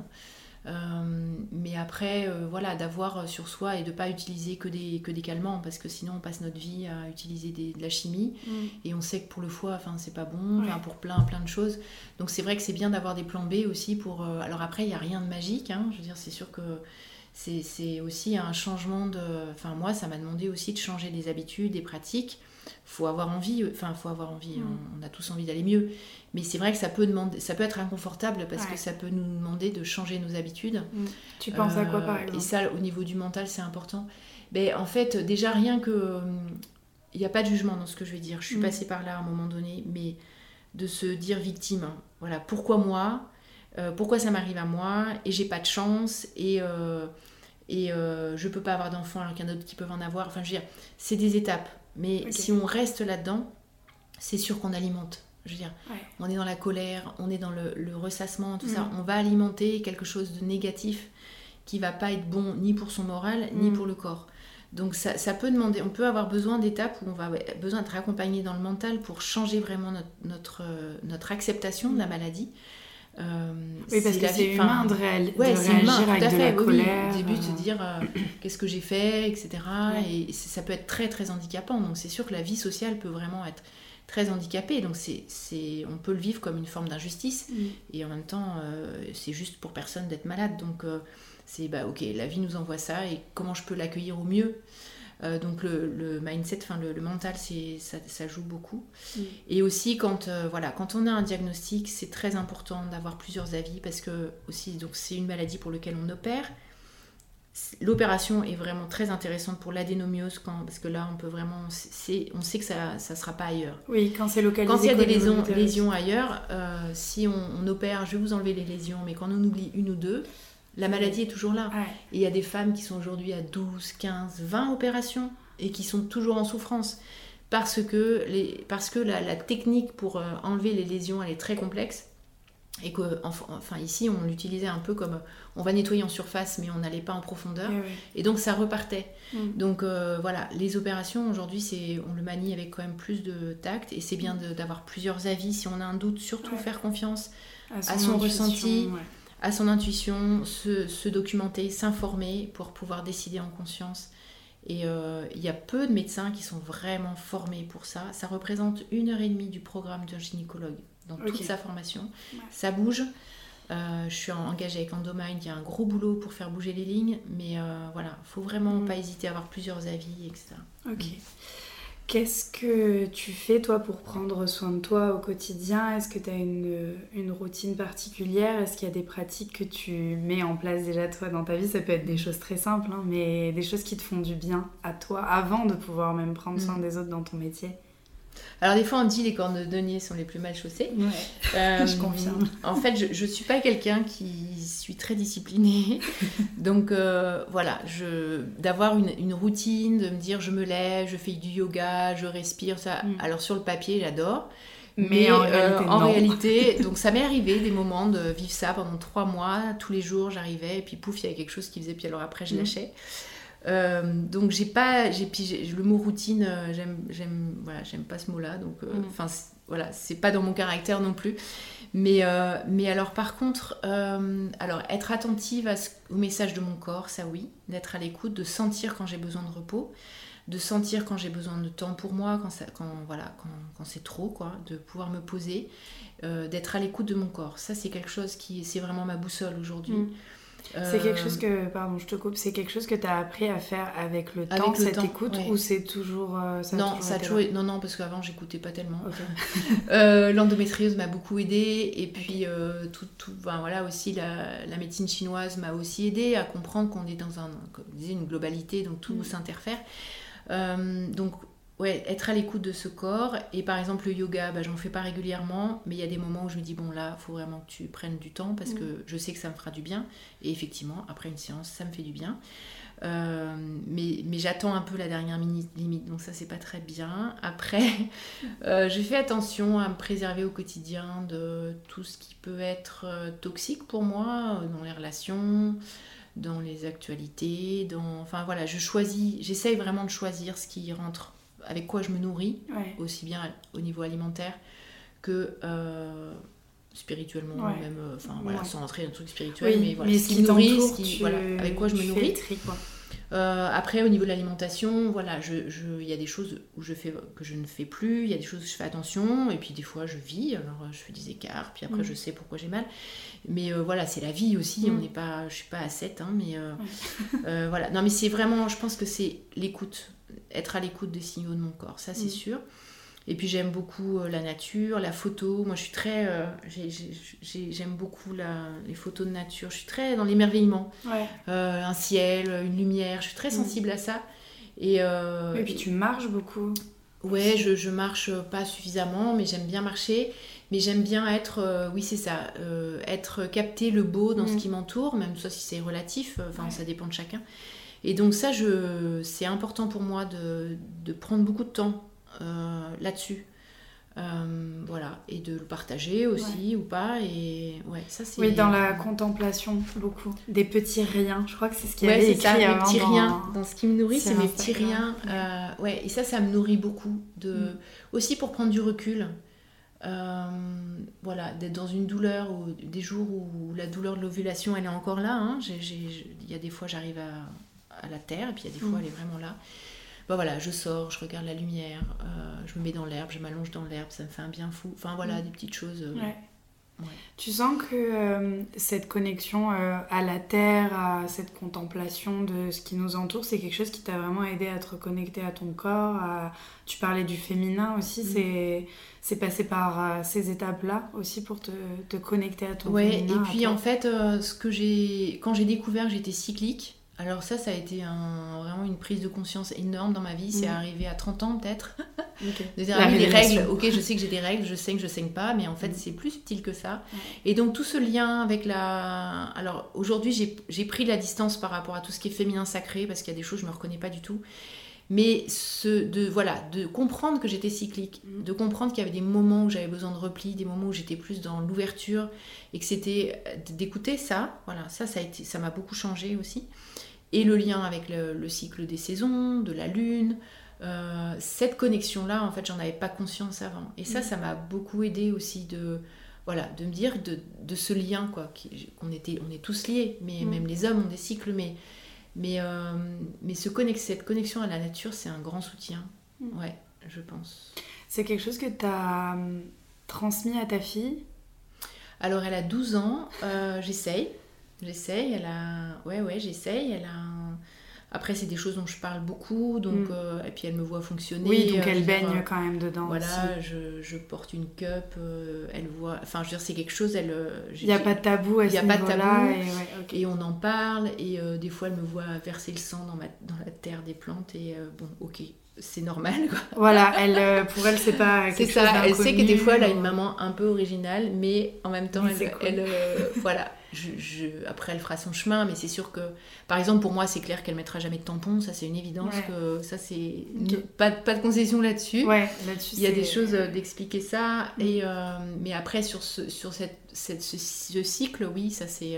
mais après d'avoir sur soi et de pas utiliser que des calmants, parce que sinon on passe notre vie à utiliser de la chimie et on sait que pour le foie c'est pas bon, pour plein de choses. Donc c'est vrai que c'est bien d'avoir des plans B aussi pour alors après il y a rien de magique, je veux dire, c'est sûr que c'est aussi un changement moi ça m'a demandé aussi de changer des habitudes, des pratiques. Faut avoir envie, on a tous envie d'aller mieux, mais c'est vrai que ça peut être inconfortable parce que ça peut nous demander de changer nos habitudes. Tu penses à quoi par exemple? Et ça, au niveau du mental, c'est important. En fait, déjà rien que il n'y a pas de jugement dans ce que je vais dire, je suis passée par là à un moment donné, mais de se dire victime, voilà, pourquoi moi, pourquoi ça m'arrive à moi et j'ai pas de chance et je peux pas avoir d'enfants alors qu'il y en a d'autres qui peuvent en avoir, je veux dire, c'est des étapes. Mais si on reste là-dedans, c'est sûr qu'on alimente. Je veux dire, on est dans la colère, on est dans le ressassement, tout ça. On va alimenter quelque chose de négatif qui va pas être bon ni pour son moral, ni pour le corps. Donc ça peut demander, on peut avoir besoin d'étapes où on va besoin d'être accompagné dans le mental pour changer vraiment notre acceptation de la maladie. Parce que c'est humain de réagir avec de la colère. Au début de se dire qu'est-ce que j'ai fait, etc. Et ça peut être très très handicapant. Donc c'est sûr que la vie sociale peut vraiment être très handicapée. Donc on peut le vivre comme une forme d'injustice. Et en même temps, c'est juste pour personne d'être malade. Donc la vie nous envoie ça et comment je peux l'accueillir au mieux. Donc le mindset, le mental, ça joue beaucoup. Et aussi quand on a un diagnostic, c'est très important d'avoir plusieurs avis parce que aussi, donc c'est une maladie pour laquelle on opère. L'opération est vraiment très intéressante pour l'adénomiose parce que là on peut vraiment, on sait que ça sera pas ailleurs. Oui, quand c'est localisé. Quand il y a des lésions ailleurs, si on opère, je vais vous enlever les lésions, mais quand on oublie une ou deux, la maladie est toujours là. Et il y a des femmes qui sont aujourd'hui à 12, 15, 20 opérations et qui sont toujours en souffrance parce que la technique pour enlever les lésions, elle est très complexe et que ici on l'utilisait un peu comme on va nettoyer en surface mais on n'allait pas en profondeur et donc ça repartait. Donc les opérations aujourd'hui on le manie avec quand même plus de tact et c'est bien d'avoir plusieurs avis. Si on a un doute, surtout faire confiance à son ressenti, à son intuition, se documenter, s'informer pour pouvoir décider en conscience. Et il y a peu de médecins qui sont vraiment formés pour ça. Ça représente 1h30 du programme d'un gynécologue dans toute sa formation. Ça bouge. Je suis engagée avec Endomind, il y a un gros boulot pour faire bouger les lignes, mais faut vraiment pas hésiter à avoir plusieurs avis, etc. Ok. Qu'est-ce que tu fais, toi, pour prendre soin de toi au quotidien? Est-ce que tu as une routine particulière? Est-ce qu'il y a des pratiques que tu mets en place déjà, toi, dans ta vie? Ça peut être des choses très simples, mais des choses qui te font du bien à toi, avant de pouvoir même prendre soin des autres dans ton métier. Alors des fois on dit les cordonniers sont les plus mal chaussés. Je confirme. En fait je suis pas quelqu'un qui suis très disciplinée. Donc d'avoir une routine, de me dire je me lève, je fais du yoga, je respire, ça. Alors sur le papier j'adore. Mais en réalité, donc ça m'est arrivé des moments de vivre ça pendant 3 mois, tous les jours j'arrivais et puis pouf il y avait quelque chose qui faisait, puis alors après je lâchais. Donc le mot routine, j'aime pas ce mot-là, donc c'est pas dans mon caractère non plus. Mais alors par contre, alors être attentive au message de mon corps, ça oui, d'être à l'écoute, de sentir quand j'ai besoin de repos, de sentir quand j'ai besoin de temps pour moi, quand c'est trop, quoi, de pouvoir me poser, d'être à l'écoute de mon corps. Ça c'est quelque chose c'est vraiment ma boussole aujourd'hui. C'est quelque chose que, pardon, je te coupe, c'est quelque chose que tu as appris à faire avec le temps, cette écoute, ou c'est toujours non, parce qu'avant j'écoutais pas tellement. Okay. L'endométriose m'a beaucoup aidée, et puis aussi la médecine chinoise m'a aussi aidée à comprendre qu'on est dans une globalité, donc tout s'interfère. Donc être à l'écoute de ce corps. Et par exemple le yoga, j'en fais pas régulièrement, mais il y a des moments où je me dis bon là faut vraiment que tu prennes du temps parce que je sais que ça me fera du bien, et effectivement après une séance ça me fait du bien, mais j'attends un peu la dernière minute limite, donc ça c'est pas très bien. Après je fais attention à me préserver au quotidien de tout ce qui peut être toxique pour moi dans les relations, dans les actualités, j'essaye vraiment de choisir ce qui rentre, avec quoi je me nourris, aussi bien au niveau alimentaire que spirituellement, même, sans rentrer dans le truc spirituel, mais ce qui me nourrit, avec quoi je me nourris. Après, au niveau de l'alimentation, il y a des choses que je ne fais plus, il y a des choses où je fais attention, et puis des fois je vis, alors je fais des écarts, puis après je sais pourquoi j'ai mal. Mais c'est la vie aussi, je suis pas ascète, mais non, mais c'est vraiment, je pense que c'est l'écoute, être à l'écoute des signaux de mon corps, ça c'est sûr. Et puis j'aime beaucoup la nature, la photo. Moi je suis très j'aime beaucoup les photos de nature, je suis très dans l'émerveillement. Un ciel, une lumière, je suis très sensible à ça. Et puis tu marches beaucoup. Ouais, je marche pas suffisamment, mais j'aime bien marcher. Mais j'aime bien être, être capter le beau dans ce qui m'entoure, même si c'est relatif, ça dépend de chacun. Et donc ça, c'est important pour moi de prendre beaucoup de temps là-dessus. Et de le partager aussi ou pas. Et ça c'est... Oui, dans la contemplation, beaucoup. Des petits riens, je crois que c'est ce qu'il y avait écrit ça, avant. Mes petits riens. Dans ce qui me nourrit, c'est mes petits riens. Et ça me nourrit beaucoup. Aussi pour prendre du recul. D'être dans une douleur, ou des jours où la douleur de l'ovulation elle est encore là, il y a des fois j'arrive à la terre, et puis il y a des fois elle est vraiment là. Je sors, je regarde la lumière, je me mets dans l'herbe, je m'allonge dans l'herbe, ça me fait un bien fou, des petites choses. Tu sens que cette connexion à la terre, à cette contemplation de ce qui nous entoure, c'est quelque chose qui t'a vraiment aidé à te reconnecter à ton corps, tu parlais du féminin aussi, c'est passé par ces étapes-là aussi pour te connecter à ton féminin. Et puis en fait, quand j'ai découvert que j'étais cyclique, alors ça a été vraiment une prise de conscience énorme dans ma vie. C'est arrivé à 30 ans peut-être. De dire, les règles, je sais que j'ai des règles, je sais que je saigne pas, mais en fait c'est plus subtil que ça. Et donc tout ce lien avec alors aujourd'hui j'ai pris la distance par rapport à tout ce qui est féminin sacré, parce qu'il y a des choses je me reconnais pas du tout. Mais de comprendre que j'étais cyclique, de comprendre qu'il y avait des moments où j'avais besoin de repli, des moments où j'étais plus dans l'ouverture, et que c'était d'écouter ça, ça m'a beaucoup changé aussi. Et le lien avec le cycle des saisons, de la lune, cette connexion-là, en fait, j'en avais pas conscience avant. Et ça m'a beaucoup aidé aussi de me dire de ce lien, on est tous liés, mais même les hommes ont des cycles, mais cette connexion à la nature, c'est un grand soutien, je pense. C'est quelque chose que tu as transmis à ta fille ? Alors, elle a 12 ans, j'essaye, j'essaye. Après, c'est des choses dont je parle beaucoup, donc, et puis elle me voit fonctionner. Oui, donc elle baigne quand même dedans. Je porte une cup, elle voit... c'est quelque chose... Il n'y a pas de tabou à ce niveau-là. Et on en parle, et des fois, elle me voit verser le sang dans la terre des plantes, et c'est normal, quoi. Voilà, pour elle, c'est pas quelque chose d'inconnu. Elle sait que des fois, elle a une maman un peu originale, mais en même temps, après elle fera son chemin, mais c'est sûr que, par exemple, pour moi, c'est clair qu'elle mettra jamais de tampon, ça c'est une évidence, que ça c'est... Pas de concession là-dessus. Là-dessus, il y a des choses d'expliquer ça, mais après, sur ce cycle, oui, ça c'est...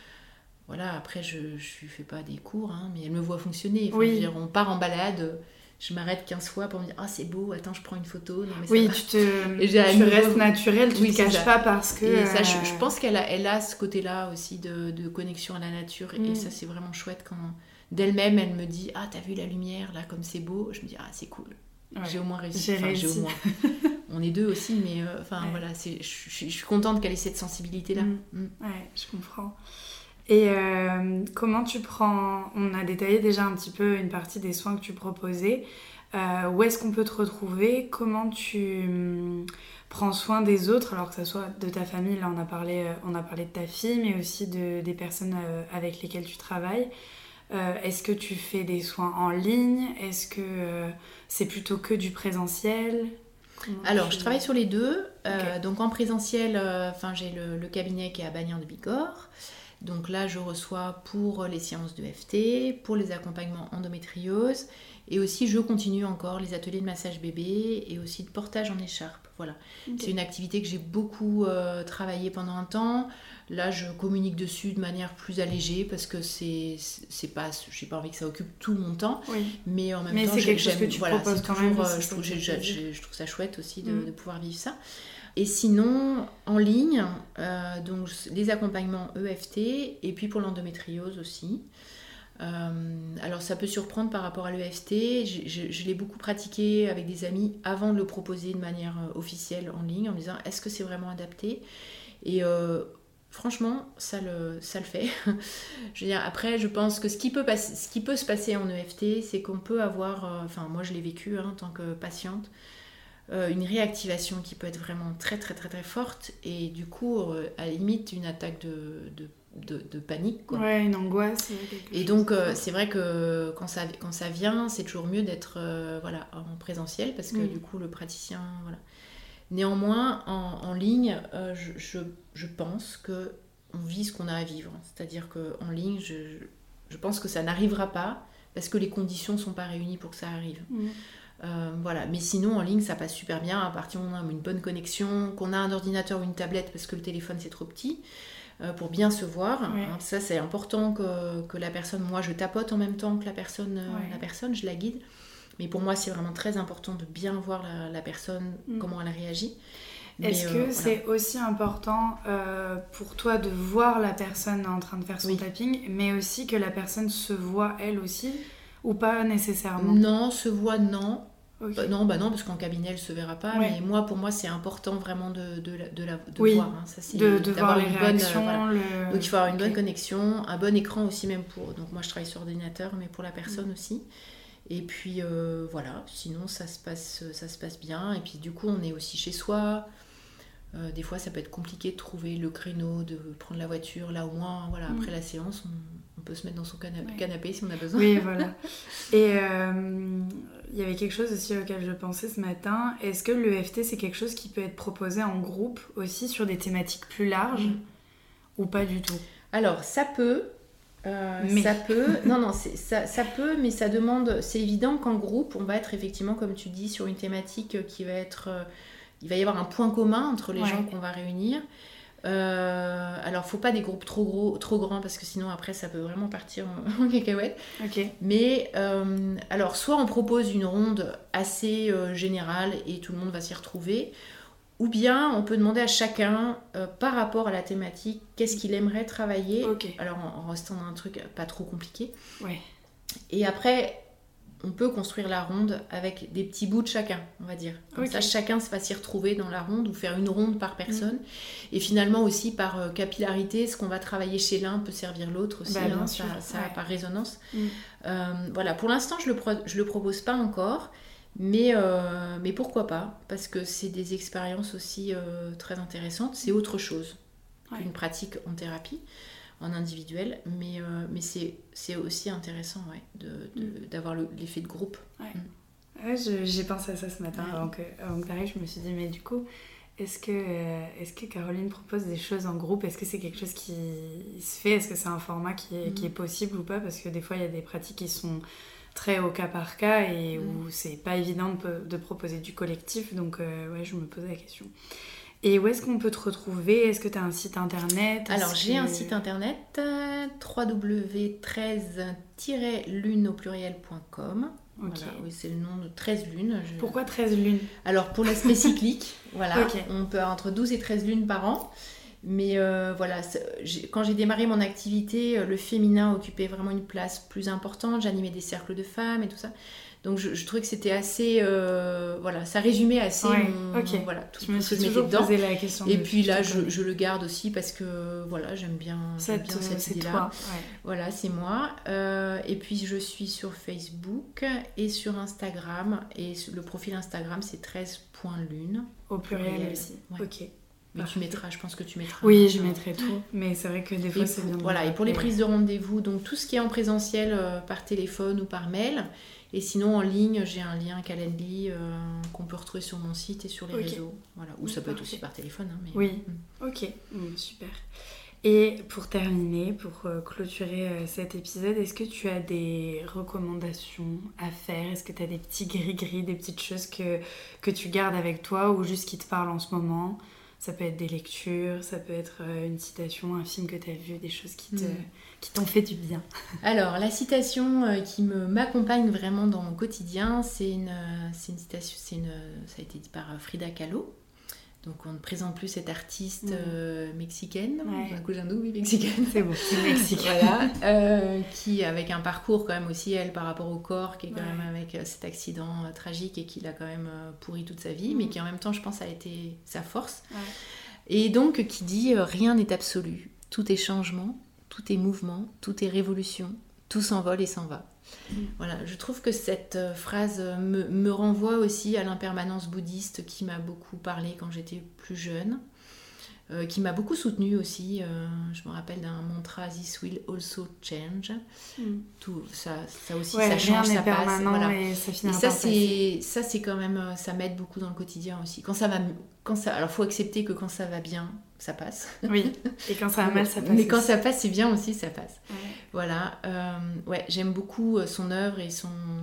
après, je lui fais pas des cours, mais elle me voit fonctionner. On part en balade... je m'arrête 15 fois pour me dire « Ah, c'est beau, attends, je prends une photo. » Non, mais oui, tu restes naturelle, tu ne te caches pas parce que... Et ça, je pense qu'elle a ce côté-là aussi de connexion à la nature. Et ça, c'est vraiment chouette quand d'elle-même, elle me dit « Ah, t'as vu la lumière, là, comme c'est beau ?» Je me dis « Ah, c'est cool. Ouais. J'ai au moins réussi. » J'ai au moins. On est deux aussi, mais voilà, je suis contente qu'elle ait cette sensibilité-là. Ouais, je comprends. Et comment tu prends... On a détaillé déjà un petit peu une partie des soins que tu proposais. Où est-ce qu'on peut te retrouver ? Comment tu prends soin des autres, alors que ce soit de ta famille, là on a parlé de ta fille, mais aussi des personnes avec lesquelles tu travailles. Est-ce que tu fais des soins en ligne ? Est-ce que c'est plutôt que du présentiel ? Alors, je travaille sur les deux. Okay. Donc en présentiel, j'ai le cabinet qui est à Bagnères de Bigorre. Donc là, je reçois pour les séances de FT, pour les accompagnements endométriose, et aussi je continue encore les ateliers de massage bébé et aussi de portage en écharpe. Voilà. Okay. C'est une activité que j'ai beaucoup travaillé pendant un temps. Là, je communique dessus de manière plus allégée parce que c'est pas, j'ai pas envie que ça occupe tout mon temps, mais en même temps, c'est quelque chose que tu proposes quand même. Je trouve ça chouette aussi de pouvoir vivre ça. Et sinon, en ligne, donc les accompagnements EFT et puis pour l'endométriose aussi. Alors ça peut surprendre par rapport à l'EFT. Je l'ai beaucoup pratiqué avec des amis avant de le proposer de manière officielle en ligne en me disant est-ce que c'est vraiment adapté ? Et franchement, ça le fait. Je veux dire, après, je pense que ce qui peut se passer en EFT, c'est qu'on peut avoir, moi je l'ai vécu en tant que patiente, une réactivation qui peut être vraiment très très très très forte et du coup à la limite une attaque de panique quoi. Ouais, une angoisse et donc c'est vrai que quand ça vient c'est toujours mieux d'être en présentiel parce que du coup le praticien néanmoins en ligne je pense que on vit ce qu'on a à vivre, c'est-à-dire qu'en ligne je pense que ça n'arrivera pas parce que les conditions sont pas réunies pour que ça arrive. Mais sinon en ligne ça passe super bien à partir du moment où on a une bonne connexion, qu'on a un ordinateur ou une tablette parce que le téléphone c'est trop petit pour bien se voir. Ça c'est important que la personne, moi je tapote en même temps que la personne, je la guide, mais pour moi c'est vraiment très important de bien voir la personne, comment elle réagit. Est-ce que c'est aussi important pour toi de voir la personne en train de faire son tapping, mais aussi que la personne se voit elle aussi, ou pas nécessairement ? Non, se voit non. Okay. Non, parce qu'en cabinet, elle ne se verra pas. Mais pour moi, c'est important vraiment de voir. Ça, c'est de voir les réactions. Donc, il faut avoir une bonne connexion, un bon écran aussi même pour... Donc, moi, je travaille sur ordinateur, mais pour la personne aussi. Et puis, sinon, ça se passe bien. Et puis, du coup, on est aussi chez soi. Des fois, ça peut être compliqué de trouver le créneau, de prendre la voiture. Là, au moins, après la séance, on peut se mettre dans son canapé si on a besoin. Oui, voilà. Et il y avait quelque chose aussi auquel je pensais ce matin. Est-ce que l'EFT, c'est quelque chose qui peut être proposé en groupe aussi sur des thématiques plus larges ou pas du tout ? Alors, ça peut. Ça peut. Non, ça peut, mais ça demande... C'est évident qu'en groupe, on va être effectivement, comme tu dis, sur une thématique qui va être... il va y avoir un point commun entre les gens qu'on va réunir. Alors, faut pas des groupes trop grands, parce que sinon, après, ça peut vraiment partir en cacahuète. Okay. Mais, alors, soit on propose une ronde assez générale et tout le monde va s'y retrouver, ou bien on peut demander à chacun, par rapport à la thématique, qu'est-ce qu'il aimerait travailler. Alors, en restant dans un truc pas trop compliqué. Et après... on peut construire la ronde avec des petits bouts de chacun, on va dire. Comme ça, chacun va s'y retrouver dans la ronde ou faire une ronde par personne. Et finalement aussi, par capillarité, ce qu'on va travailler chez l'un peut servir l'autre aussi, ça par résonance. Pour l'instant, je le propose pas encore, mais pourquoi pas ? Parce que c'est des expériences aussi très intéressantes. C'est autre chose qu'une pratique en thérapie, en individuel, mais c'est aussi intéressant d'avoir l'effet de groupe. J'ai pensé à ça ce matin avant que t'arrives. Je me suis dit, mais du coup, est-ce que Caroline propose des choses en groupe ? Est-ce que c'est quelque chose qui se fait ? Est-ce que c'est un format qui est possible ou pas ? Parce que des fois, il y a des pratiques qui sont très au cas par cas et où c'est pas évident de proposer du collectif. Donc, je me posais la question. Et où est-ce qu'on peut te retrouver ? Est-ce que tu as un site internet ? Alors, j'ai un site internet, www.13-lune.com. Ok. Voilà, oui, c'est le nom de 13 lunes. Pourquoi 13 lunes? Alors, pour l'aspect cyclique, voilà, Ok. on peut avoir entre 12 et 13 lunes par an. Mais voilà, quand j'ai démarré mon activité, le féminin occupait vraiment une place plus importante. J'animais des cercles de femmes et tout ça. Donc je trouvais que c'était assez... voilà, ça résumait assez voilà, tout je me suis ce que je toujours mettais dedans. posé la question. Et puis là, je le garde aussi parce que voilà, j'aime bien cette idée-là. Toi, Voilà, c'est moi. Et puis je suis sur Facebook et sur Instagram. Et le profil Instagram, c'est 13.lune. Au pluriel aussi. Ouais. Ok. Mais tu mettras, je pense que tu mettras. Oui, je mettrai tout. Mais c'est vrai que des fois, c'est bien. Voilà, et pour les prises de rendez-vous, donc tout ce qui est en présentiel par téléphone ou par mail. Et sinon, en ligne, j'ai un lien Calendly qu'on peut retrouver sur mon site et sur les réseaux. Voilà. Ou ça peut être aussi par téléphone. Hein, mais... Oui, ok, super. Et pour terminer, pour clôturer cet épisode, est-ce que tu as des recommandations à faire? Est-ce que tu as des petits gris-gris, des petites choses que tu gardes avec toi ou juste qui te parlent en ce moment? Ça peut être des lectures, ça peut être une citation, un film que tu as vu, des choses qui t'ont fait du bien. Alors, la citation qui m'accompagne vraiment dans mon quotidien, c'est une citation, ça a été dit par Frida Kahlo. Donc, on ne présente plus cette artiste mexicaine. Ouais. Un coup, j'ai un oui, mexicaine. C'est bon, c'est mexicain. Voilà. Qui, avec un parcours quand même aussi, elle, par rapport au corps, qui est quand même avec cet accident tragique et qui l'a quand même pourri toute sa vie, mais qui en même temps, je pense, a été sa force. Ouais. Et donc, qui dit « Rien n'est absolu. Tout est changement, tout est mouvement, tout est révolution. Tout s'envole et s'en va. » Voilà, je trouve que cette phrase me renvoie aussi à l'impermanence bouddhiste qui m'a beaucoup parlé quand j'étais plus jeune, qui m'a beaucoup soutenue aussi. Je me rappelle d'un mantra « This will also change ». Tout ça aussi, ça change, ça passe. Voilà. Et ça finit par passer. Ça, c'est quand même, ça m'aide beaucoup dans le quotidien aussi. Alors, faut accepter que quand ça va bien, ça passe. Oui, et quand ça va mal, ça passe. Mais quand ça passe, c'est bien aussi, ça passe. Ouais. Voilà, j'aime beaucoup son œuvre et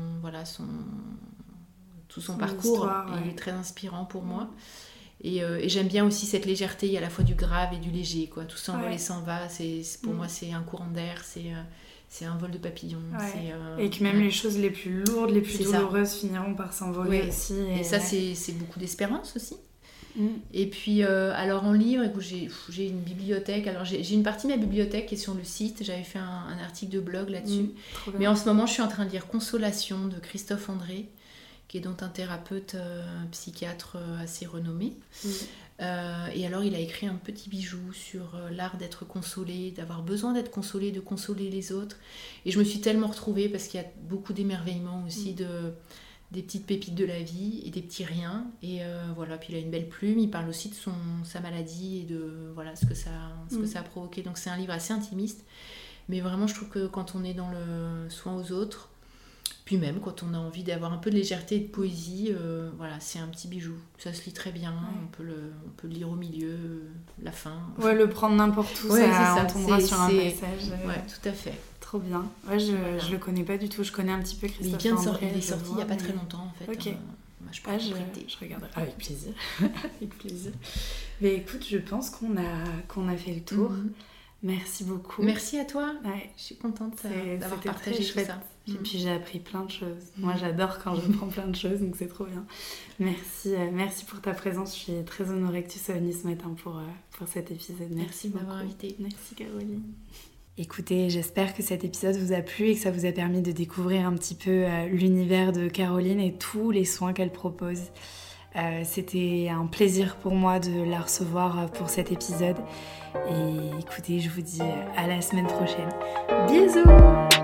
tout son parcours. Histoire, Il est très inspirant pour moi. Et j'aime bien aussi cette légèreté, il y a à la fois du grave et du léger, quoi. Tout s'envole et s'en va. Pour moi, c'est un courant d'air, c'est un vol de papillon. Et que même les choses les plus lourdes, les plus douloureuses finiront par s'envoler aussi. Et ça, c'est beaucoup d'espérance aussi. Et puis alors en livre, j'ai une bibliothèque. Alors j'ai une partie de ma bibliothèque qui est sur le site. J'avais fait un article de blog là-dessus. Mais en ce moment, je suis en train de lire Consolation de Christophe André, qui est donc un thérapeute psychiatre assez renommé. Et alors il a écrit un petit bijou sur l'art d'être consolé, d'avoir besoin d'être consolé, de consoler les autres. Et je me suis tellement retrouvée parce qu'il y a beaucoup d'émerveillement aussi des petites pépites de la vie et des petits riens. Et voilà, puis il a une belle plume, il parle aussi de sa maladie et de ce que ça a provoqué. Donc c'est un livre assez intimiste, mais vraiment je trouve que quand on est dans le soin aux autres, puis même quand on a envie d'avoir un peu de légèreté et de poésie, c'est un petit bijou. Ça se lit très bien, on peut le lire au milieu, la fin. Ouais, le prendre n'importe où, ça tombera sur un passage. Ouais, tout à fait. Trop bien. Ouais, je le connais pas du tout. Je connais un petit peu Christophe André. Il est sorti il n'y a pas très longtemps, en fait. Ok. Je regarderai. Avec plaisir. Avec plaisir. Mais écoute, je pense qu'on a fait le tour. Merci beaucoup. Merci à toi. Ouais. Je suis contente d'avoir partagé tout ça. Et puis j'ai appris plein de choses. Moi, j'adore quand je prends plein de choses, donc c'est trop bien. Merci pour ta présence. Je suis très honorée que tu sois venue ce matin pour cet épisode. Merci de m'avoir invitée. Merci Caroline. Écoutez, j'espère que cet épisode vous a plu et que ça vous a permis de découvrir un petit peu l'univers de Caroline et tous les soins qu'elle propose. C'était un plaisir pour moi de la recevoir pour cet épisode. Et écoutez, je vous dis à la semaine prochaine. Bisous!